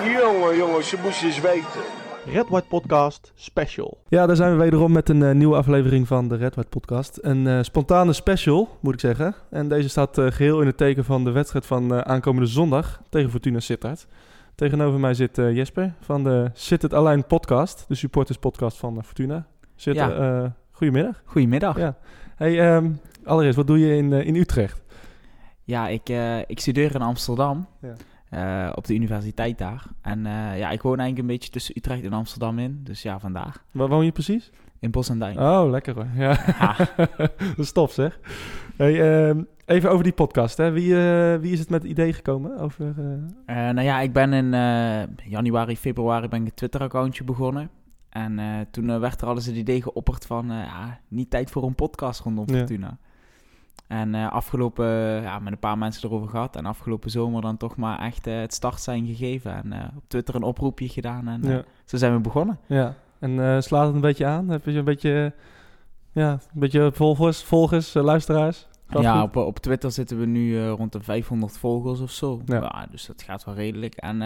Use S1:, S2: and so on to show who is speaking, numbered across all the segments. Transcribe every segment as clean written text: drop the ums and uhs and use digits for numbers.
S1: Jongen, ze moest eens weten.
S2: Red White Podcast Special.
S3: Ja, daar zijn we wederom met een nieuwe aflevering van de Red White Podcast. Een spontane special, moet ik zeggen. En deze staat geheel in het teken van de wedstrijd van aankomende zondag tegen Fortuna Sittard. Tegenover mij zit Jesper van de Zit het Alleen podcast, de supporters podcast van Fortuna. Goedemiddag.
S4: Goedemiddag.
S3: Ja. Hey, allereerst, wat doe je in Utrecht?
S4: Ja, ik studeer in Amsterdam, op de universiteit daar. En ik woon eigenlijk een beetje tussen Utrecht en Amsterdam in, dus ja, vandaar.
S3: Waar woon je precies?
S4: In Bos en Duin.
S3: Oh, lekker hoor. Ja. Dat is tof zeg. Hey, even over die podcast. Hè. Wie is het met het idee gekomen?
S4: Ik ben in januari, februari ben ik een Twitter-accountje begonnen. En toen werd er al eens het idee geopperd van, niet tijd voor een podcast rondom Fortuna. En met een paar mensen erover gehad. En afgelopen zomer dan toch maar echt het startsein gegeven. En op Twitter een oproepje gedaan. En zo zijn we begonnen.
S3: Ja, en slaat het een beetje aan? Heb je een beetje volgers, luisteraars?
S4: Ja, op Twitter zitten we nu rond de 500 volgers of zo. Ja, dus dat gaat wel redelijk. En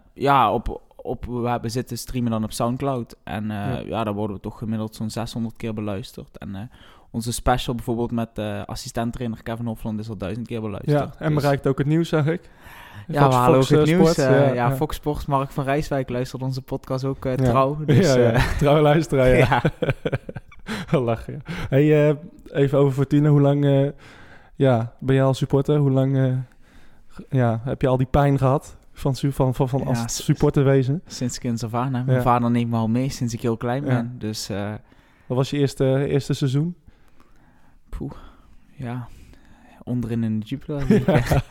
S4: we zitten streamen dan op Soundcloud. En daar worden we toch gemiddeld zo'n 600 keer beluisterd. En onze special bijvoorbeeld met assistent-trainer Kevin Hofland is al 1000 keer beluisterd.
S3: Ja, en bereikt ook het nieuws, zag ik.
S4: We halen ook het nieuws. Fox Sports, Mark van Rijswijk luistert onze podcast ook trouw. Dus,
S3: trouw luisteraar, ja. Lachen, ja. Hey, even over Fortuna. Hoe lang ben je al supporter? Hoe lang heb je al die pijn gehad van als supporter wezen?
S4: Sinds kinds af aan. Mijn vader neemt me al mee sinds ik heel klein ben. Dus,
S3: wat was je eerste seizoen?
S4: Onderin in de Jupiler.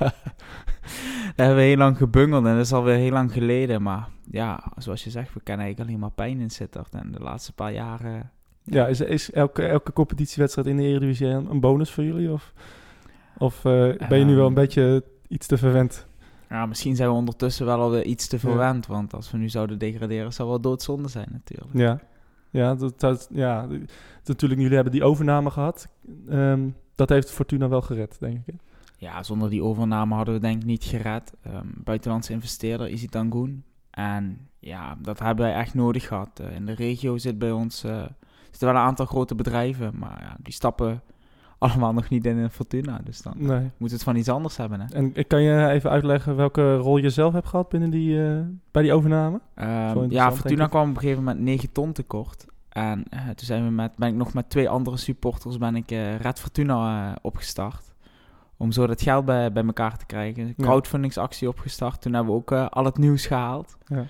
S4: Daar hebben we heel lang gebungeld en dat is alweer heel lang geleden. Maar ja, zoals je zegt, we kennen eigenlijk alleen maar pijn in Sittard. En de laatste paar jaren...
S3: Ja, is elke competitiewedstrijd in de Eredivisie een bonus voor jullie? Of ben je nu wel een beetje iets te verwend?
S4: Ja, misschien zijn we ondertussen wel alweer iets te verwend. Want als we nu zouden degraderen, zou wel doodzonde zijn natuurlijk.
S3: Ja, natuurlijk, jullie hebben die overname gehad. Dat heeft Fortuna wel gered, denk ik. Hè?
S4: Ja, zonder die overname hadden we denk ik niet gered. Buitenlandse investeerder, Easy Tangoen. En ja, dat hebben wij echt nodig gehad. In de regio zitten wel een aantal grote bedrijven. Maar die stappen allemaal nog niet in Fortuna. Dus dan moet het van iets anders hebben. Hè?
S3: En kan je even uitleggen welke rol je zelf hebt gehad binnen bij die overname?
S4: Fortuna kwam op een gegeven moment 9 ton tekort. En toen ben ik nog met 2 andere supporters Red Fortuna opgestart. Om zo dat geld bij elkaar te krijgen. Een crowdfundingsactie opgestart. Toen hebben we ook al het nieuws gehaald. Ja.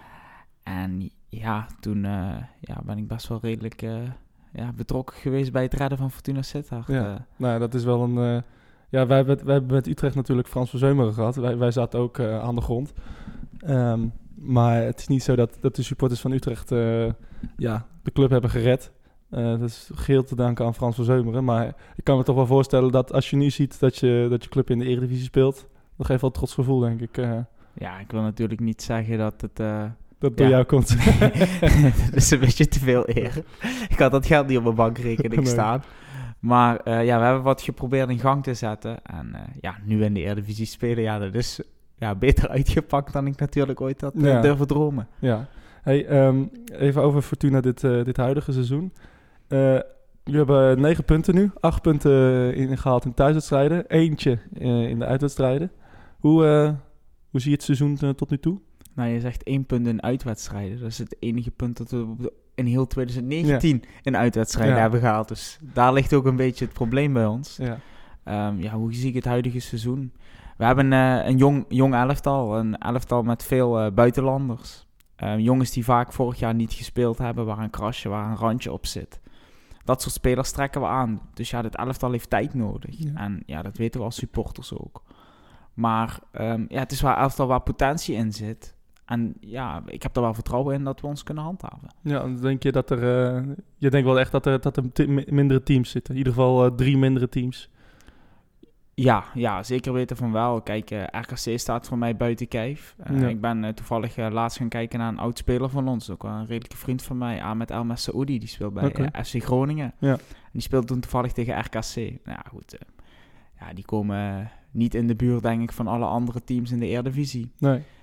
S4: En toen ben ik best wel redelijk betrokken geweest bij het redden van Fortuna Sittard.
S3: Dat is wel een... wij hebben met Utrecht natuurlijk Frans van Zeumeren gehad. Wij zaten ook aan de grond. Maar het is niet zo dat de supporters van Utrecht de club hebben gered. Dat is geheel te danken aan Frans van Zeumeren. Maar ik kan me toch wel voorstellen dat als je nu ziet dat je club in de Eredivisie speelt, dat geeft wel een trots gevoel, denk ik.
S4: Ik wil natuurlijk niet zeggen dat het...
S3: dat door jou komt.
S4: Dat is een beetje te veel eer. Ik had dat geld niet op mijn bankrekening staan. Maar we hebben wat geprobeerd in gang te zetten. En nu in de Eredivisie spelen, dat is beter uitgepakt dan ik natuurlijk ooit had durven dromen.
S3: Ja. Hey, even over Fortuna dit huidige seizoen. Jullie hebben 9 punten nu. 8 punten ingehaald in thuiswedstrijden. Eentje in de uitwedstrijden. Hoe zie je het seizoen tot nu toe?
S4: Nou, je zegt 1 punt in uitwedstrijden. Dat is het enige punt dat we in heel 2019 in uitwedstrijden hebben gehaald. Dus daar ligt ook een beetje het probleem bij ons. Hoe zie ik het huidige seizoen? We hebben een jong elftal. Een elftal met veel buitenlanders. Jongens die vaak vorig jaar niet gespeeld hebben, waar een randje op zit. Dat soort spelers trekken we aan. Dus dit elftal heeft tijd nodig. Ja. En dat weten we als supporters ook. Maar het is wel een elftal waar potentie in zit. En ik heb er wel vertrouwen in dat we ons kunnen handhaven. Ja,
S3: dan denk je dat je denkt wel echt dat er mindere teams zitten. In ieder geval 3 mindere teams.
S4: Ja, zeker weten van wel. Kijk, RKC staat voor mij buiten kijf. Ik ben toevallig laatst gaan kijken naar een oud-speler van ons. Ook wel een redelijke vriend van mij, Ahmed El Messaoudi. Die speelt bij FC Groningen. Ja. En die speelt toen toevallig tegen RKC. Nou goed, die komen niet in de buurt, denk ik, van alle andere teams in de Eredivisie. Nee.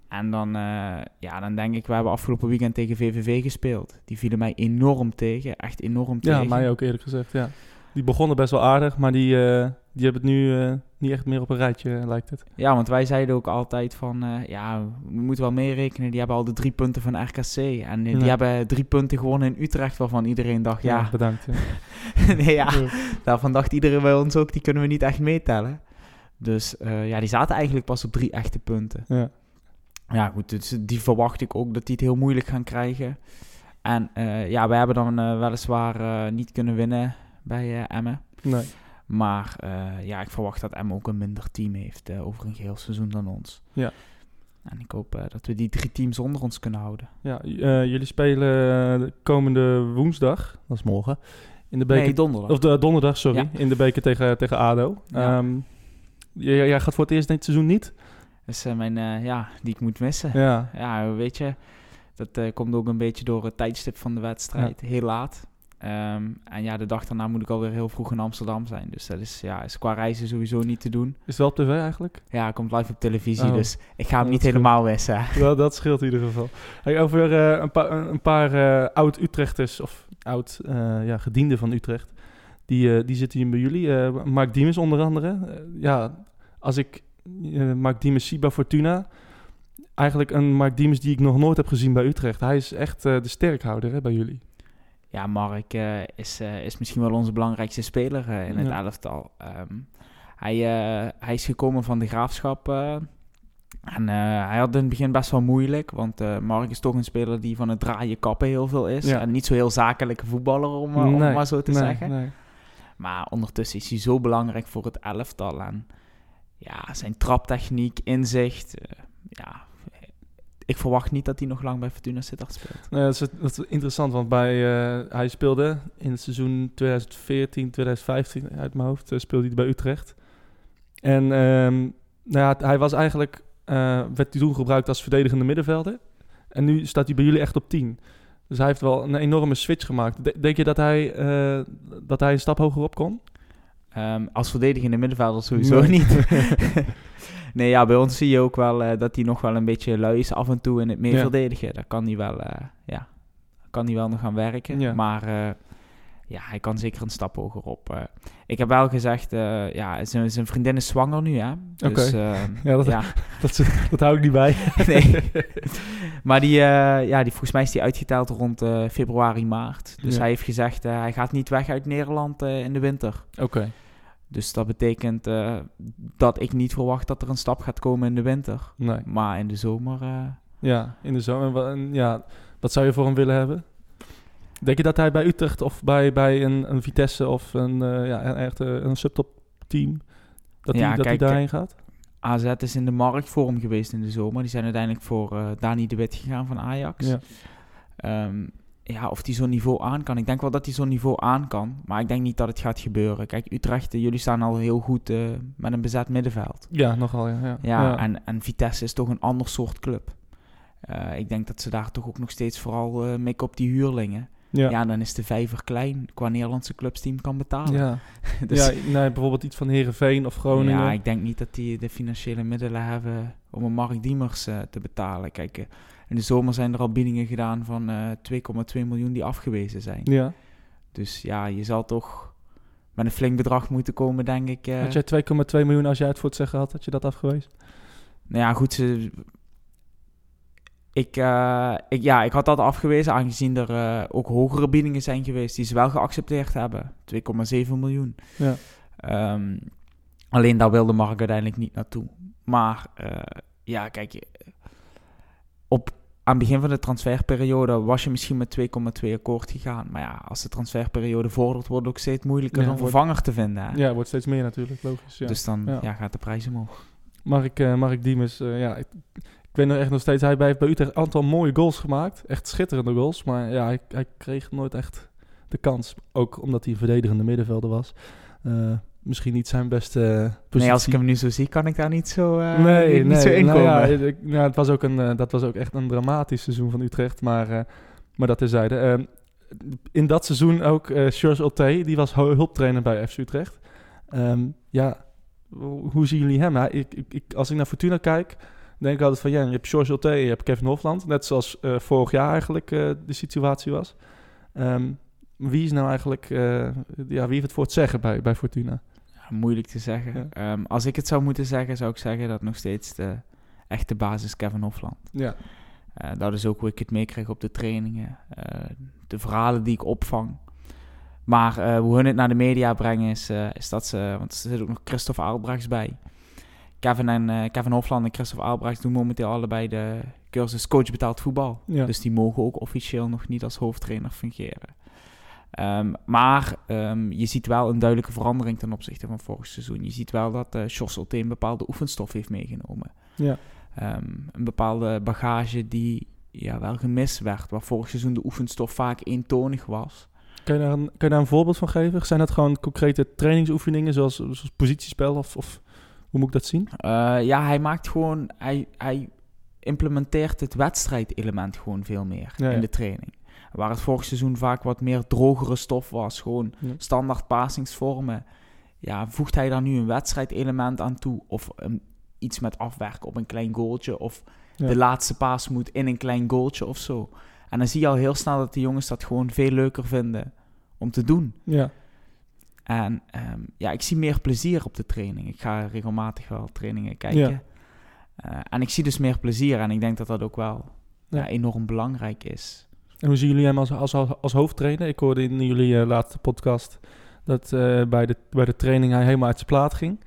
S4: En dan denk ik, we hebben afgelopen weekend tegen VVV gespeeld. Die vielen mij enorm tegen, echt enorm tegen.
S3: Ja, mij ook eerlijk gezegd, ja. Die begonnen best wel aardig, maar die hebben het nu niet echt meer op een rijtje, lijkt het.
S4: Ja, want wij zeiden ook altijd van, we moeten wel meerekenen. Die hebben al de 3 punten van RKC. En die hebben 3 punten gewonnen in Utrecht, waarvan iedereen dacht, ja.
S3: Bedankt. Ja.
S4: Nee, daarvan dacht iedereen bij ons ook, die kunnen we niet echt meetellen. Dus die zaten eigenlijk pas op 3 echte punten.
S3: Ja.
S4: Ja, goed, dus die verwacht ik ook dat die het heel moeilijk gaan krijgen. En wij hebben dan weliswaar niet kunnen winnen bij Emmen.
S3: Nee.
S4: Maar ik verwacht dat Emmen ook een minder team heeft over een geheel seizoen dan ons.
S3: Ja.
S4: En ik hoop dat we die 3 teams onder ons kunnen houden.
S3: Ja, jullie spelen de komende woensdag, dat is morgen, in de beker.
S4: Nee, donderdag.
S3: Of donderdag, sorry, in de beker tegen ADO.
S4: Ja.
S3: Jij gaat voor het eerst dit seizoen niet?
S4: Dat is die ik moet missen.
S3: Ja.
S4: Ja, weet je, dat komt ook een beetje door het tijdstip van de wedstrijd. Ja. Heel laat. De dag daarna moet ik alweer heel vroeg in Amsterdam zijn. Dus dat is qua reizen sowieso niet te doen.
S3: Is het wel op tv eigenlijk?
S4: Ja, hij komt live op televisie, dus ik ga hem niet helemaal missen.
S3: Dat scheelt in ieder geval. Hey, over een paar oud-Utrechters, of gedienden van Utrecht, die zitten hier bij jullie. Mark Diemers onder andere. Als ik Mark Diemers zie bij Fortuna, eigenlijk een Mark Diemers die ik nog nooit heb gezien bij Utrecht. Hij is echt de sterkhouder bij jullie.
S4: Ja, Mark is misschien wel onze belangrijkste speler in het elftal. Hij is gekomen van de Graafschap en hij had in het begin best wel moeilijk, want Mark is toch een speler die van het draaien kappen heel veel is. En niet zo heel zakelijke voetballer, om maar zo te zeggen. Nee. Maar ondertussen is hij zo belangrijk voor het elftal. En zijn traptechniek, inzicht, ik verwacht niet dat hij nog lang bij Fortuna Sittard speelt.
S3: Nee, dat is interessant, want hij speelde in het seizoen 2014, 2015, uit mijn hoofd, speelde hij bij Utrecht. En hij was eigenlijk, werd hij toen gebruikt als verdedigende middenvelder. En nu staat hij bij jullie echt op 10. Dus hij heeft wel een enorme switch gemaakt. Denk je dat hij een stap hoger op kon?
S4: Als verdedigende middenvelder sowieso niet. Nee, bij ons zie je ook wel dat hij nog wel een beetje lui is af en toe in het meer verdedigen. Daar kan hij wel nog gaan werken. Ja. Maar hij kan zeker een stap hoger op. Ik heb wel gezegd, zijn vriendin is zwanger nu, hè. Dus,
S3: dat hou ik niet bij.
S4: Nee. Maar die volgens mij is die uitgeteld rond februari, maart. Dus hij heeft gezegd, hij gaat niet weg uit Nederland in de winter.
S3: Oké.
S4: Dus dat betekent dat ik niet verwacht dat er een stap gaat komen in de winter.
S3: Nee.
S4: Maar in de zomer...
S3: in de zomer. Wat zou je voor hem willen hebben? Denk je dat hij bij Utrecht of bij een Vitesse of een subtop team, hij daarheen gaat?
S4: AZ is in de markt voor hem geweest in de zomer. Die zijn uiteindelijk voor Dani de Wit gegaan van Ajax. Ja. Of die zo'n niveau aan kan. Ik denk wel dat hij zo'n niveau aan kan. Maar ik denk niet dat het gaat gebeuren. Kijk, Utrecht, jullie staan al heel goed met een bezet middenveld.
S3: Ja, nogal, ja.
S4: En Vitesse is toch een ander soort club. Ik denk dat ze daar toch ook nog steeds vooral mikken op die huurlingen. Ja, dan is de vijver klein qua Nederlandse clubs die hem kan betalen.
S3: Ja, dus, bijvoorbeeld iets van Heerenveen of Groningen.
S4: Ja, ik denk niet dat die de financiële middelen hebben om een Mark Diemers te betalen. Kijk, in de zomer zijn er al biedingen gedaan van 2,2 miljoen die afgewezen zijn. Ja. Dus je zal toch met een flink bedrag moeten komen, denk ik.
S3: Had jij 2,2 miljoen als jij het voor het zeggen had je dat afgewezen?
S4: Nou ja, goed, ik had dat afgewezen, aangezien er ook hogere biedingen zijn geweest die ze wel geaccepteerd hebben. 2,7 miljoen. Ja. Alleen daar wilde Mark uiteindelijk niet naartoe. Maar kijk, aan het begin van de transferperiode was je misschien met 2,2 akkoord gegaan. Maar als de transferperiode vordert, wordt het ook steeds moeilijker om vervanger te vinden. Hè?
S3: Ja, het wordt steeds meer natuurlijk, logisch. Ja.
S4: Dus dan gaat de prijs omhoog.
S3: Mark Diemers, ik weet nog steeds, hij heeft bij Utrecht een aantal mooie goals gemaakt. Echt schitterende goals. Maar hij kreeg nooit echt de kans. Ook omdat hij een verdedigende middenvelder was. Misschien niet zijn beste positie.
S4: Nee, als ik hem nu zo zie, kan ik daar niet zo inkomen.
S3: Dat was ook echt een dramatisch seizoen van Utrecht. Maar dat terzijde. In dat seizoen ook George Otte, die was hulptrainer bij FC Utrecht. Hoe zien jullie hem? Als ik naar Fortuna kijk, denk ik altijd van, ja, je hebt George Ulte, je hebt Kevin Hofland. Net zoals vorig jaar eigenlijk de situatie was. Wie is nou eigenlijk, wie heeft het voor het zeggen bij Fortuna?
S4: Ja, moeilijk te zeggen. Ja. Als ik het zou moeten zeggen, zou ik zeggen dat nog steeds de echte basis Kevin Hofland. Ja. Dat is ook hoe ik het meekrijg op de trainingen. De verhalen die ik opvang. Maar hoe hun het naar de media brengen is dat ze... Want er zit ook nog Christophe Aalbrechts bij. Kevin Hofland en Christophe Aalbrechts doen momenteel allebei de cursus coach betaald voetbal. Ja. Dus die mogen ook officieel nog niet als hoofdtrainer fungeren. Maar je ziet wel een duidelijke verandering ten opzichte van vorig seizoen. Je ziet wel dat George Ulte een bepaalde oefenstof heeft meegenomen. Ja. Een bepaalde bagage die wel gemist werd. Waar vorig seizoen de oefenstof vaak eentonig was.
S3: Kun je daar een voorbeeld van geven? Zijn dat gewoon concrete trainingsoefeningen zoals positiespel of hoe moet ik dat zien?
S4: Hij maakt gewoon... Hij implementeert het wedstrijdelement gewoon veel meer in de training. Waar het vorig seizoen vaak wat meer drogere stof was. Gewoon standaard passingsvormen. Ja, voegt hij daar nu een wedstrijdelement aan toe? Of iets met afwerken op een klein goaltje? Of de laatste paas moet in een klein goaltje of zo? En dan zie je al heel snel dat de jongens dat gewoon veel leuker vinden om te doen. Ja. En ik zie meer plezier op de training. Ik ga regelmatig wel trainingen kijken. Ja. En ik zie dus meer plezier. En ik denk dat dat ook wel enorm belangrijk is.
S3: En hoe zien jullie hem als hoofdtrainer? Ik hoorde in jullie laatste podcast dat bij de training hij helemaal uit zijn plaat ging.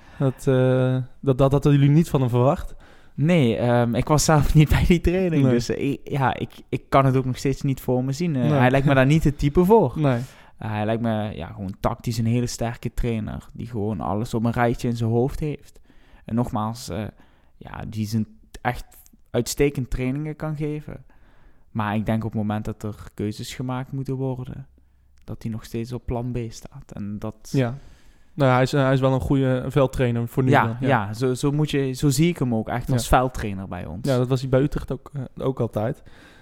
S3: Dat hadden jullie niet van hem verwacht.
S4: Nee, ik was zelf niet bij die training. Nee. Dus ik kan het ook nog steeds niet voor me zien. Nee. Hij lijkt me daar niet het type voor. Nee. Hij lijkt me gewoon tactisch een hele sterke trainer. Die gewoon alles op een rijtje in zijn hoofd heeft. En nogmaals, die zijn echt uitstekend trainingen kan geven. Maar ik denk op het moment dat er keuzes gemaakt moeten worden, dat hij nog steeds op plan B staat. En dat...
S3: Ja. Nou, hij is wel een goede veldtrainer voor nu.
S4: Ja, zo zie ik hem ook echt als veldtrainer bij ons.
S3: Ja, dat was hij bij Utrecht ook altijd.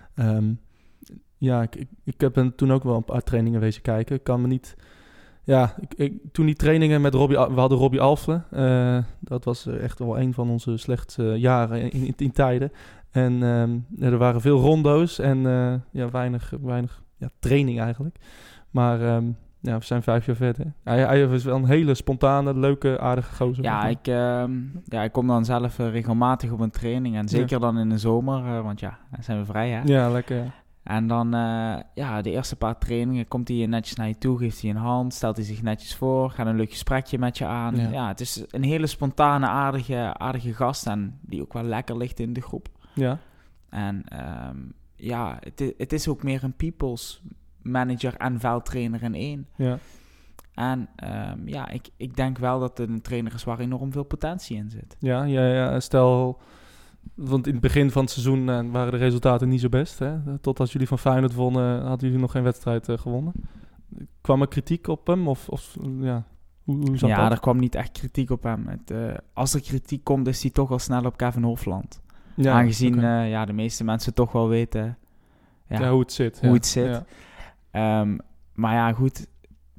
S3: Ik heb hem toen ook wel een paar trainingen wezen kijken. Ik kan me niet... Ja, toen die trainingen met Robbie... We hadden Robbie Alfle. Dat was echt wel een van onze slechtste jaren in tijden. En er waren veel rondo's en weinig training eigenlijk. Maar... we zijn 5 jaar verder. Hij is wel een hele spontane, leuke, aardige gozer.
S4: Ja, ik kom dan zelf regelmatig op een training. En zeker dan in de zomer, want dan zijn we vrij, hè?
S3: Ja, lekker, ja.
S4: En dan, de eerste paar trainingen komt hij netjes naar je toe, geeft hij een hand, stelt hij zich netjes voor, gaat een leuk gesprekje met je aan. Ja, het is een hele spontane, aardige gast en die ook wel lekker ligt in de groep. Ja. En het is ook meer een people's manager en veldtrainer in één. Ja. En ik denk wel dat het een trainer is waar enorm veel potentie in zit.
S3: Ja. Stel, want in het begin van het seizoen waren de resultaten niet zo best. Hè? Tot als jullie van Feyenoord wonnen, hadden jullie nog geen wedstrijd gewonnen. Kwam er kritiek op hem? Hoe zat dat?
S4: Er kwam niet echt kritiek op hem. Als er kritiek komt, is hij toch al snel op Kevin Hofland. Ja, aangezien de meeste mensen toch wel weten
S3: hoe het zit.
S4: Ja. Maar goed,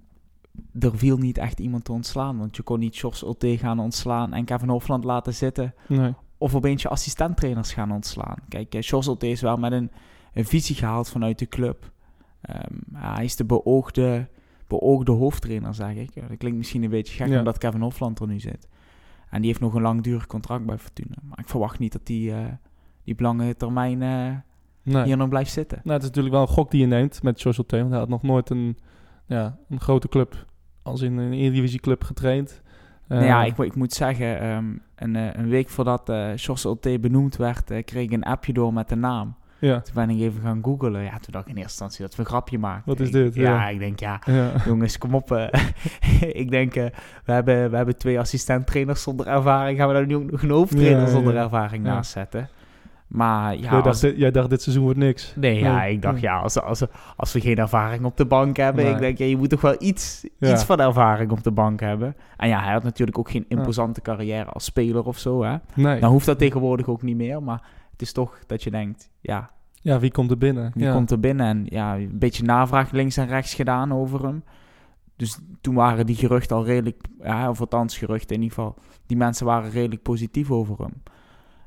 S4: er viel niet echt iemand te ontslaan. Want je kon niet George Ulte gaan ontslaan en Kevin Hofland laten zitten. Nee. Of opeens je assistenttrainers gaan ontslaan. Kijk, George Ulte is wel met een visie gehaald vanuit de club. Hij is de beoogde hoofdtrainer, zeg ik. Dat klinkt misschien een beetje gek omdat Kevin Hofland er nu zit. En die heeft nog een langdurig contract bij Fortuna. Maar ik verwacht niet dat die op lange termijn hier nog blijft zitten.
S3: Nou, het is natuurlijk wel een gok die je neemt met George Ulte. Want hij had nog nooit een grote club als in een Eredivisie-club getraind.
S4: Ik moet zeggen, een week voordat George Ulte benoemd werd, kreeg ik een appje door met de naam. Ja. Toen ben ik even gaan googlen. Ja, toen dacht ik in eerste instantie dat we een grapje maakten.
S3: Wat is dit?
S4: Ik denk, jongens, kom op. Ik denk, we hebben 2 assistent-trainers zonder ervaring. Gaan we daar nu ook nog een hoofdtrainer zonder ervaring naast zetten? Maar
S3: jij dacht dit seizoen wordt niks.
S4: Nee, ik dacht als we geen ervaring op de bank hebben. Ik denk, je moet toch wel iets van ervaring op de bank hebben. En hij had natuurlijk ook geen imposante carrière als speler of zo. Hè? Nee. Dan hoeft dat tegenwoordig ook niet meer. Maar het is toch dat je denkt,
S3: wie komt er binnen?
S4: Wie komt er binnen? En een beetje navraag links en rechts gedaan over hem. Dus toen waren die geruchten al redelijk, of althans geruchten in ieder geval. Die mensen waren redelijk positief over hem.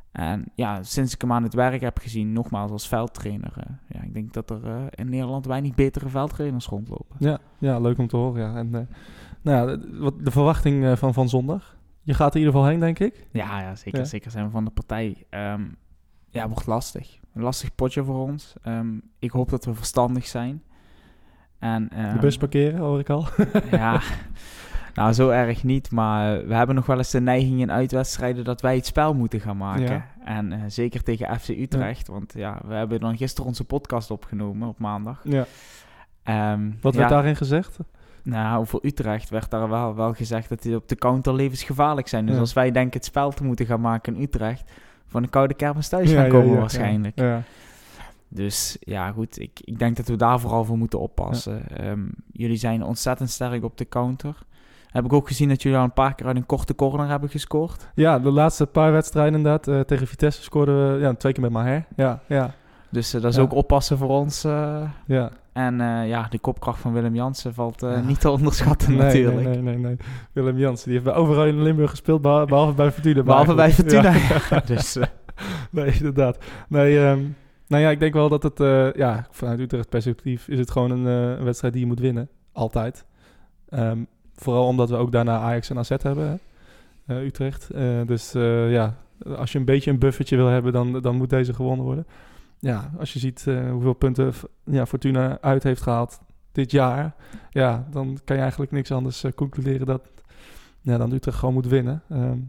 S4: En ja, sinds ik hem aan het werk heb gezien, nogmaals als veldtrainer. Ik denk dat er in Nederland weinig betere veldtrainers rondlopen.
S3: Ja, leuk om te horen. Ja. En wat de verwachting van zondag? Je gaat er in ieder geval heen, denk ik?
S4: Ja, zeker. Ja. Zeker zijn we van de partij. Wordt lastig. Een lastig potje voor ons. Ik hoop dat we verstandig zijn. En,
S3: de bus parkeren, hoor ik al.
S4: Ja, nou zo erg niet. Maar we hebben nog wel eens de neiging in uitwedstrijden dat wij het spel moeten gaan maken. Ja. En zeker tegen FC Utrecht. Ja. Want we hebben dan gisteren onze podcast opgenomen op maandag.
S3: Ja. Wat werd daarin gezegd?
S4: Nou, voor Utrecht werd daar wel gezegd dat die op de counter levensgevaarlijk zijn. Dus als wij denken het spel te moeten gaan maken in Utrecht, van de koude kermis thuis gaan komen waarschijnlijk. Ja. Dus ja, goed. Ik denk dat we daar vooral voor moeten oppassen. Ja. Jullie zijn ontzettend sterk op de counter. Heb ik ook gezien dat jullie al een paar keer uit een korte corner hebben gescoord.
S3: Ja, de laatste paar wedstrijden inderdaad. Tegen Vitesse scoorden we 2 keer met Maher. Ja.
S4: Dus dat is ook oppassen voor ons. Ja. En de kopkracht van Willem Jansen valt niet te onderschatten natuurlijk.
S3: Nee. Willem Jansen, die heeft bij overal in Limburg gespeeld, behalve bij Fortuna.
S4: Behalve bij Fortuna, Dus,
S3: nee, inderdaad. Nee, ik denk wel dat het... vanuit Utrecht perspectief is het gewoon een wedstrijd die je moet winnen. Altijd. Vooral omdat we ook daarna Ajax en AZ hebben, hè? Utrecht. Als je een beetje een buffertje wil hebben, dan moet deze gewonnen worden. Ja, als je ziet hoeveel punten Fortuna uit heeft gehaald dit jaar, dan kan je eigenlijk niks anders concluderen dan Utrecht gewoon moet winnen.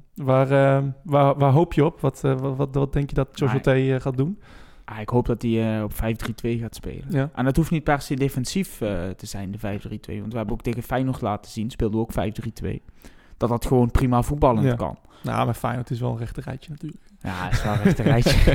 S3: Waar hoop je op? Wat denk je dat Jojoté gaat doen?
S4: Ik hoop dat hij op 5-3-2 gaat spelen. Ja. En dat hoeft niet per se defensief te zijn, de 5-3-2. Want we hebben ook tegen Feyenoord laten zien, speelden we ook 5-3-2. Dat gewoon prima voetballend kan.
S3: Nou, maar Feyenoord is wel een rechterrijtje natuurlijk.
S4: Ja, het is wel een rechterrijtje.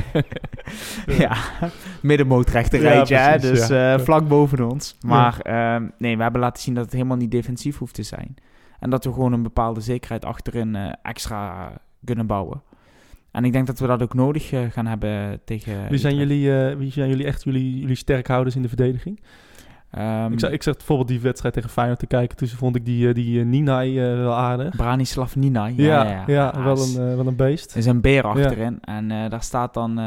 S4: Middenmoot rechterrijtje, ja, precies, dus vlak boven ons. Maar we hebben laten zien dat het helemaal niet defensief hoeft te zijn. En dat we gewoon een bepaalde zekerheid achterin extra kunnen bouwen. En ik denk dat we dat ook nodig gaan hebben tegen...
S3: Wie zijn jullie echt jullie sterkhouders in de verdediging? Ik zag bijvoorbeeld die wedstrijd tegen Feyenoord te kijken. Toen vond ik die Ninai wel aardig.
S4: Branislav Ninai.
S3: Ja, wel een beest.
S4: Er is een beer achterin. Ja. En daar staat dan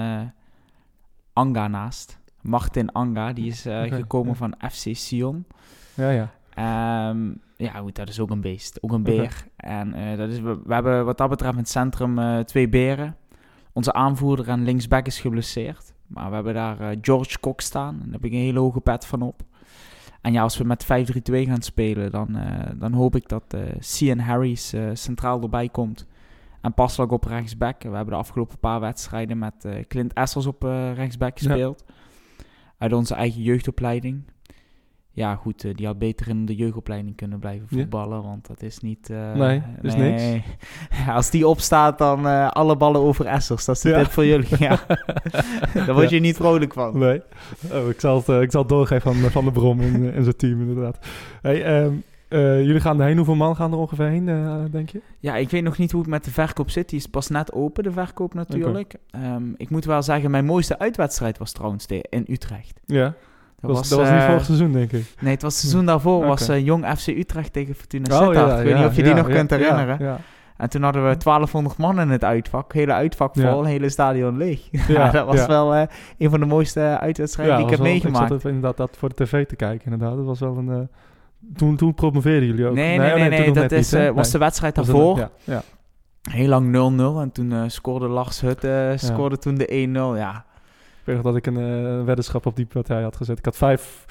S4: Anga naast. Martin Anga. Die is gekomen van FC Sion.
S3: Ja.
S4: Goed, dat is ook een beest. Ook een beer. En we hebben wat dat betreft in het centrum 2 beren. Onze aanvoerder en linksback is geblesseerd. Maar we hebben daar George Kok staan. Daar heb ik een hele hoge pet van op. En als we met 5-3-2 gaan spelen, dan hoop ik dat Cian Harris centraal erbij komt. En Passlag op rechtsback. We hebben de afgelopen paar wedstrijden met Clint Essels op rechtsback gespeeld. Ja. Uit onze eigen jeugdopleiding. Ja, goed, die had beter in de jeugdopleiding kunnen blijven voetballen, want dat is niet...
S3: is niks.
S4: Ja, als die opstaat, dan alle ballen over Essers. Dat is de tip voor jullie, Daar word je niet vrolijk van.
S3: Nee. Ik zal het doorgeven van de Brom in zijn team, inderdaad. Hey, jullie gaan erheen. Hoeveel man gaan er ongeveer heen, denk je?
S4: Ja, ik weet nog niet hoe het met de verkoop zit. Die is pas net open, de verkoop natuurlijk. Okay. Ik moet wel zeggen, mijn mooiste uitwedstrijd was trouwens in Utrecht.
S3: Ja. Dat was niet vorig seizoen, denk ik.
S4: Nee, het was het seizoen daarvoor. Was Jong FC Utrecht tegen Fortuna Sittard. Ik weet niet of je die nog kunt herinneren. Ja. En toen hadden we 1200 man in het uitvak. Hele uitvak vol, hele stadion leeg. Dat was wel een van de mooiste uitwedstrijden die ik heb meegemaakt.
S3: Ik zat inderdaad dat voor de tv te kijken, inderdaad. Dat was wel een... Toen promoveerden jullie ook.
S4: Nee. Dat was de wedstrijd daarvoor. Heel lang 0-0. En toen scoorde Lars Hutte toen de 1-0. Ja.
S3: Ik weet nog dat ik een weddenschap op die partij had gezet. Ik had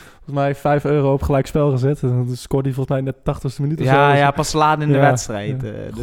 S3: €5 op gelijk spel gezet. En dan scoorde hij volgens mij net 80ste minuut of zo.
S4: Ja, pas laat in de wedstrijd.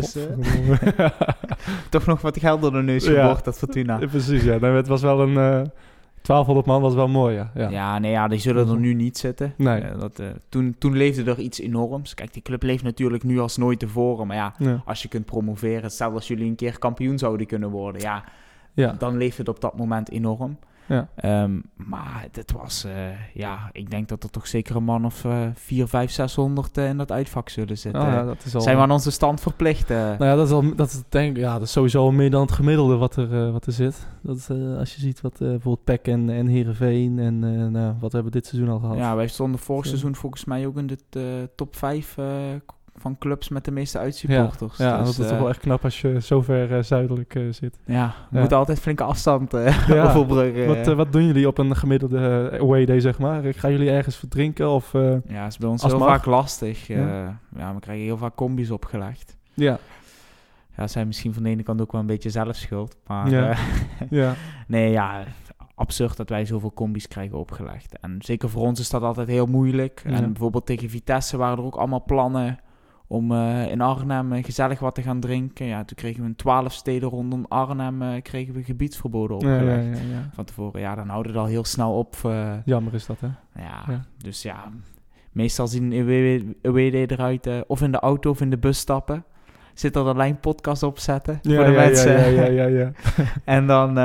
S4: Toch nog wat geld door de neus geboord, dat Fortuna.
S3: Precies, ja. Het was wel een... 1200 man was wel mooi, ja.
S4: Die zullen er nu niet zitten.
S3: Nee.
S4: Toen leefde er iets enorms. Kijk, die club leeft natuurlijk nu als nooit tevoren. Maar als je kunt promoveren, stel als jullie een keer kampioen zouden kunnen worden, dan leeft het op dat moment enorm.
S3: Ja.
S4: Maar dit was, ik denk dat er toch zeker een man of 4, 5, 600 in dat uitvak zullen zitten.
S3: Dat is al...
S4: Zijn we aan onze stand verplicht?
S3: Dat is sowieso al meer dan het gemiddelde wat er zit. Als je ziet wat bijvoorbeeld PEC en Heerenveen en wat hebben we dit seizoen al gehad.
S4: Ja, wij stonden vorig seizoen volgens mij ook in de top 5 van clubs met de meeste uitsupporters.
S3: Ja,
S4: dus,
S3: dat is toch wel echt knap als je zo ver zuidelijk zit.
S4: Ja, we moeten altijd flinke afstand overbruggen.
S3: Wat doen jullie op een gemiddelde away day, zeg maar? Gaan jullie ergens verdrinken? Of,
S4: ja, dat is bij ons heel vaak lastig. We krijgen heel vaak combis opgelegd.
S3: Ja.
S4: Ja, zijn misschien van de ene kant ook wel een beetje zelfschuld. Maar nee, ja, absurd dat wij zoveel combis krijgen opgelegd. En zeker voor ons is dat altijd heel moeilijk. Ja. En bijvoorbeeld tegen Vitesse waren er ook allemaal plannen om in Arnhem gezellig wat te gaan drinken. Ja, toen kregen we een 12 steden rondom Arnhem kregen we gebiedsverboden opgelegd. Van tevoren, ja, dan houden we het al heel snel op.
S3: Jammer is dat, hè?
S4: Ja, dus ja, meestal zien een away day eruit of in de auto of in de bus stappen. Zit er de Lijn podcast op zetten voor de mensen.
S3: Ja.
S4: En dan,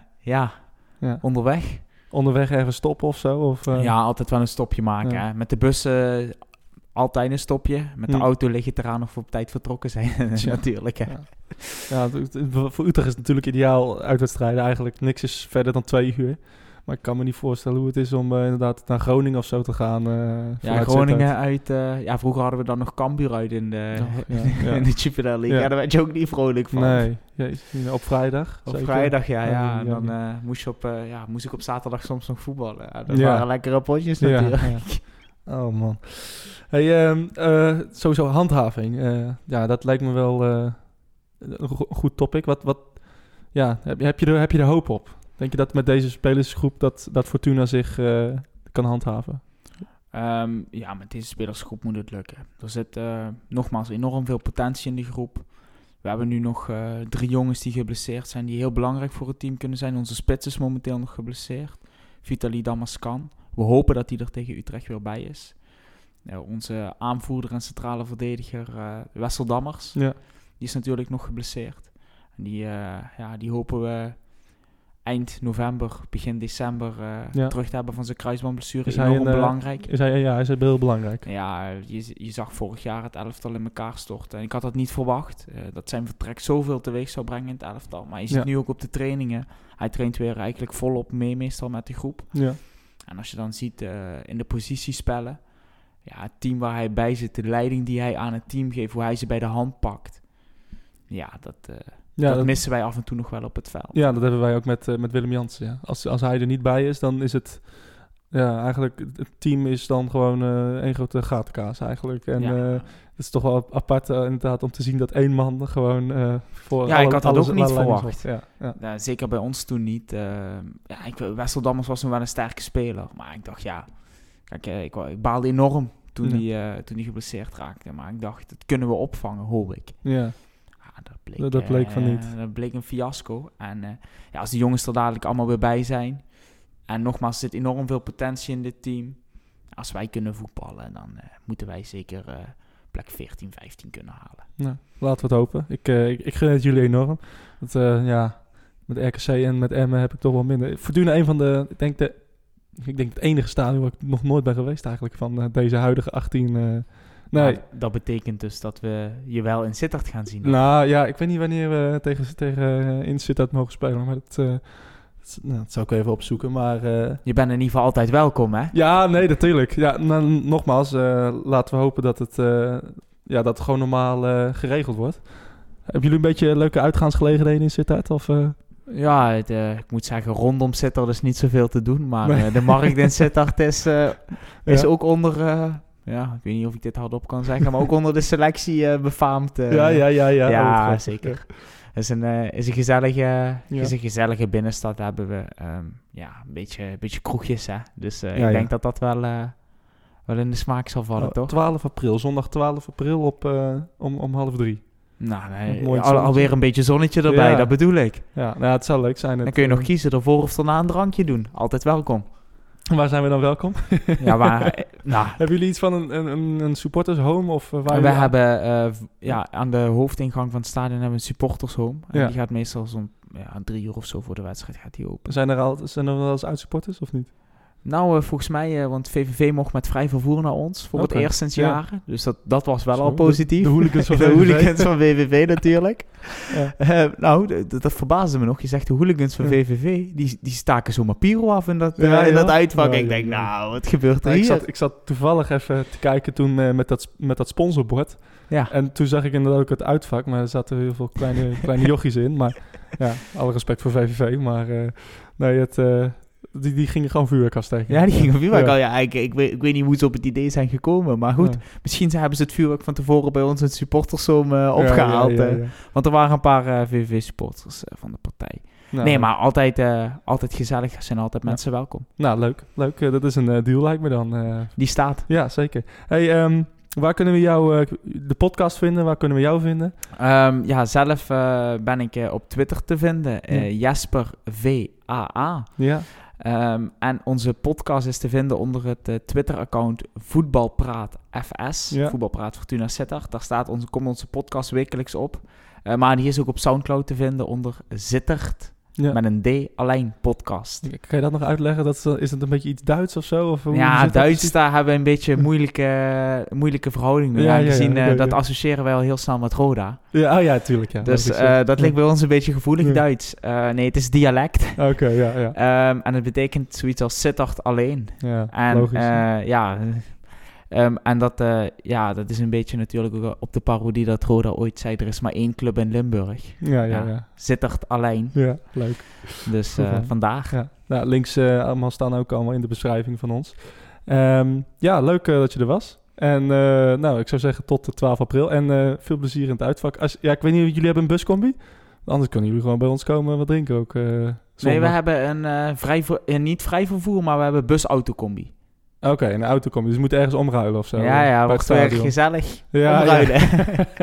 S4: onderweg.
S3: Onderweg even stoppen of zo? Of,
S4: Ja, altijd wel een stopje maken. Ja. Hè? Met de bussen altijd een stopje. Met de auto lig je eraan of we op tijd vertrokken zijn. Natuurlijk, hè.
S3: Ja, voor Utrecht is het natuurlijk ideaal uitwedstrijden. Eigenlijk niks is verder dan 2 uur. Maar ik kan me niet voorstellen hoe het is om inderdaad naar Groningen of zo te gaan.
S4: Groningen uit... vroeger hadden we dan nog Cambuur uit in de Jupiler League. Ja, daar werd je ook niet vrolijk van.
S3: Nee, op vrijdag.
S4: Op vrijdag, ja. En dan moest ik op zaterdag soms nog voetballen. Ja, dat waren lekkere potjes natuurlijk.
S3: Ja. Oh man. Hey, sowieso handhaving. Dat lijkt me wel een goed topic. Heb je er hoop op? Denk je dat met deze spelersgroep dat Fortuna zich kan handhaven?
S4: Met deze spelersgroep moet het lukken. Er zit nogmaals enorm veel potentie in die groep. We hebben nu nog 3 jongens die geblesseerd zijn, die heel belangrijk voor het team kunnen zijn. Onze spits is momenteel nog geblesseerd. Vitaly Damascan. We hopen dat hij er tegen Utrecht weer bij is. Onze aanvoerder en centrale verdediger Wessel Dammers. Ja. Die is natuurlijk nog geblesseerd. En die hopen we eind november, begin december terug te hebben van zijn kruisbandblessure. Is enorm belangrijk.
S3: Is heel belangrijk.
S4: Ja, je zag vorig jaar het elftal in elkaar storten. En ik had dat niet verwacht. Dat zijn vertrek zoveel teweeg zou brengen in het elftal. Maar je ziet nu ook op de trainingen. Hij traint weer eigenlijk volop mee meestal met de groep. Ja. En als je dan ziet in de positiespellen. Ja, het team waar hij bij zit. De leiding die hij aan het team geeft. Hoe hij ze bij de hand pakt. Ja, dat missen wij af en toe nog wel op het veld. Ja, dat hebben wij ook met Willem Jansen. Ja. Als hij er niet bij is, dan is het... Ja, eigenlijk het team is dan gewoon één grote gatenkaas eigenlijk. En het is toch wel apart inderdaad om te zien dat 1 man gewoon voor ik had dat ook niet verwacht.
S3: Ja.
S4: Zeker bij ons toen niet. Wessel Dammers was nog wel een sterke speler. Maar ik dacht, ik baalde enorm toen hij geblesseerd raakte. Maar ik dacht, dat kunnen we opvangen, hoop ik.
S3: Ja. Dat bleek van niet.
S4: Dat bleek een fiasco. En als de jongens er dadelijk allemaal weer bij zijn. En nogmaals, er zit enorm veel potentie in dit team. Als wij kunnen voetballen, dan moeten wij zeker plek 14, 15 kunnen halen.
S3: Nou, laten we het hopen. Ik gun het jullie enorm. Met RKC en met Emmen heb ik toch wel minder. Fortuna een van de, ik denk het enige stadion waar ik nog nooit ben geweest eigenlijk. Van deze huidige 18... Nee.
S4: Dat betekent dus dat we je wel in Sittard gaan zien.
S3: Nou ja, ik weet niet wanneer we tegen in Sittard mogen spelen, maar dat zou ik even opzoeken. Maar,
S4: je bent in ieder geval altijd welkom, hè?
S3: Ja, nee, natuurlijk. Ja, nogmaals, laten we hopen dat het gewoon normaal geregeld wordt. Hebben jullie een beetje leuke uitgaansgelegenheden in Sittard? Of,
S4: Ja, ik moet zeggen, rondom Sittard is niet zoveel te doen. Maar de markt in Sittard is ook onder... ik weet niet of ik dit hardop kan zeggen, maar ook onder de selectie befaamd. Ja, zeker. Het is een gezellige binnenstad hebben we. Een beetje kroegjes, hè. Dus ik denk dat wel in de smaak zal vallen, toch?
S3: 12 april, zondag 12 april om 2:30.
S4: Nou, nee, alweer een beetje zonnetje erbij, dat bedoel ik.
S3: Ja, het zou leuk zijn.
S4: Dan kun je nog kiezen ervoor of erna een drankje doen. Altijd welkom.
S3: Waar zijn we dan welkom? Hebben jullie iets van een supportershome? Of
S4: we hebben aan de hoofdingang van het stadion hebben we een supportershome. En die gaat meestal zo'n 3 uur of zo voor de wedstrijd gaat die open.
S3: Zijn er wel eens uitsupporters of niet?
S4: Nou, volgens mij, want VVV mocht met vrij vervoer naar ons voor het eerst sinds jaren. Dus dat was wel al positief.
S3: De hooligans van
S4: de
S3: VVV.
S4: hooligans van VVV natuurlijk. Ja. Dat verbaasde me nog. Je zegt de hooligans van VVV, die staken zomaar pyro af in dat uitvak. Ik denk, nou, wat gebeurt er hier?
S3: Ik zat toevallig even te kijken toen met dat sponsorbord. Ja. En toen zag ik inderdaad ook het uitvak, maar er zaten heel veel kleine jochies in. Maar ja, alle respect voor VVV, maar die gingen gewoon vuurwerk afsteken.
S4: Ja, die gingen vuurwerk al. Ja, ik weet niet hoe ze op het idee zijn gekomen. Maar goed, misschien hebben ze het vuurwerk van tevoren bij ons in het supportersom opgehaald. Ja. Want er waren een paar VVV-supporters van de partij. Nou, nee, maar altijd gezellig. Er zijn altijd mensen welkom.
S3: Nou, leuk. Dat is een deal, lijkt me dan.
S4: Die staat.
S3: Ja, zeker. Hey, waar kunnen we jou, de podcast vinden? Waar kunnen we jou vinden?
S4: Zelf ben ik op Twitter te vinden. Jesper VAA. Ja. En onze podcast is te vinden onder het Twitter-account Voetbalpraat FS. Ja. Voetbalpraat Fortuna Sittard. Daar komt onze podcast wekelijks op. Maar die is ook op Soundcloud te vinden onder Sittard. Ja. Met een D, alleen podcast.
S3: Kan je dat nog uitleggen? Is het een beetje iets Duits of zo? Of
S4: Duits, daar hebben we een beetje moeilijke verhouding mee. Dat associëren wij al heel snel met Roda.
S3: Ja, tuurlijk. Ja.
S4: Dus dat ligt bij ons een beetje gevoelig Duits. Nee, het is dialect.
S3: Oké, ja.
S4: En het betekent zoiets als Sittard alleen.
S3: Ja,
S4: en,
S3: logisch.
S4: En dat is een beetje natuurlijk ook op de parodie dat Roda ooit zei, er is maar 1 club in Limburg. Ja. Sittard alleen.
S3: Ja, leuk.
S4: Dus vandaag.
S3: Ja. Nou, links allemaal staan ook allemaal in de beschrijving van ons. Leuk dat je er was. En ik zou zeggen tot de 12 april. En veel plezier in het uitvak. Ik weet niet, jullie hebben een buscombi? Anders kunnen jullie gewoon bij ons komen wat drinken ook.
S4: Nee, we hebben niet vrij vervoer, maar we hebben busautocombi.
S3: Oké, een autocombi. Dus je moet ergens omruilen of zo.
S4: Ja, wordt weer gezellig omruilen. Ja.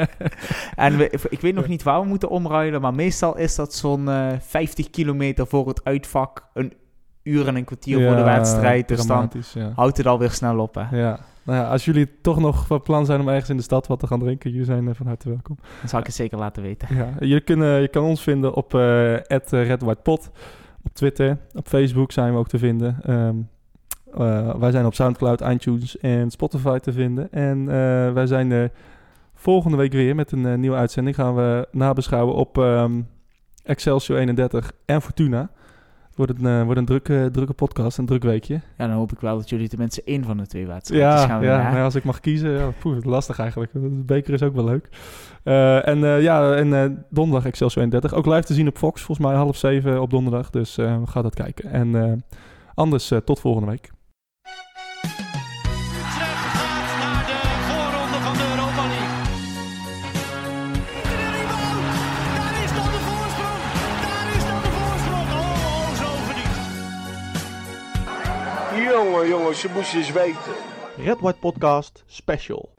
S4: En ik weet nog niet waar we moeten omruilen, maar meestal is dat zo'n 50 kilometer voor het uitvak, een uur en een kwartier voor de wedstrijd. Dus dan houdt het alweer snel op. Hè? Ja.
S3: Nou ja, als jullie toch nog van plan zijn om ergens in de stad wat te gaan drinken, jullie zijn van harte welkom.
S4: Dan zal ik het zeker laten weten.
S3: Ja, je kan ons vinden op @redwhitepod op Twitter. Op Facebook zijn we ook te vinden. Wij zijn op Soundcloud, iTunes en Spotify te vinden. En wij zijn er volgende week weer met een nieuwe uitzending. Gaan we nabeschouwen op Excelsior 31 en Fortuna. Het wordt een drukke podcast, een druk weekje.
S4: Ja, dan hoop ik wel dat jullie tenminste 1 van de 2 wedstrijden gaan winnen.
S3: Ja, als ik mag kiezen, lastig eigenlijk. De beker is ook wel leuk. En donderdag Excelsior 31. Ook live te zien op Fox, volgens mij 6:30 op donderdag. Dus we gaan dat kijken. En anders tot volgende week.
S1: Jongens, je moest eens weten.
S2: Red White Podcast Special.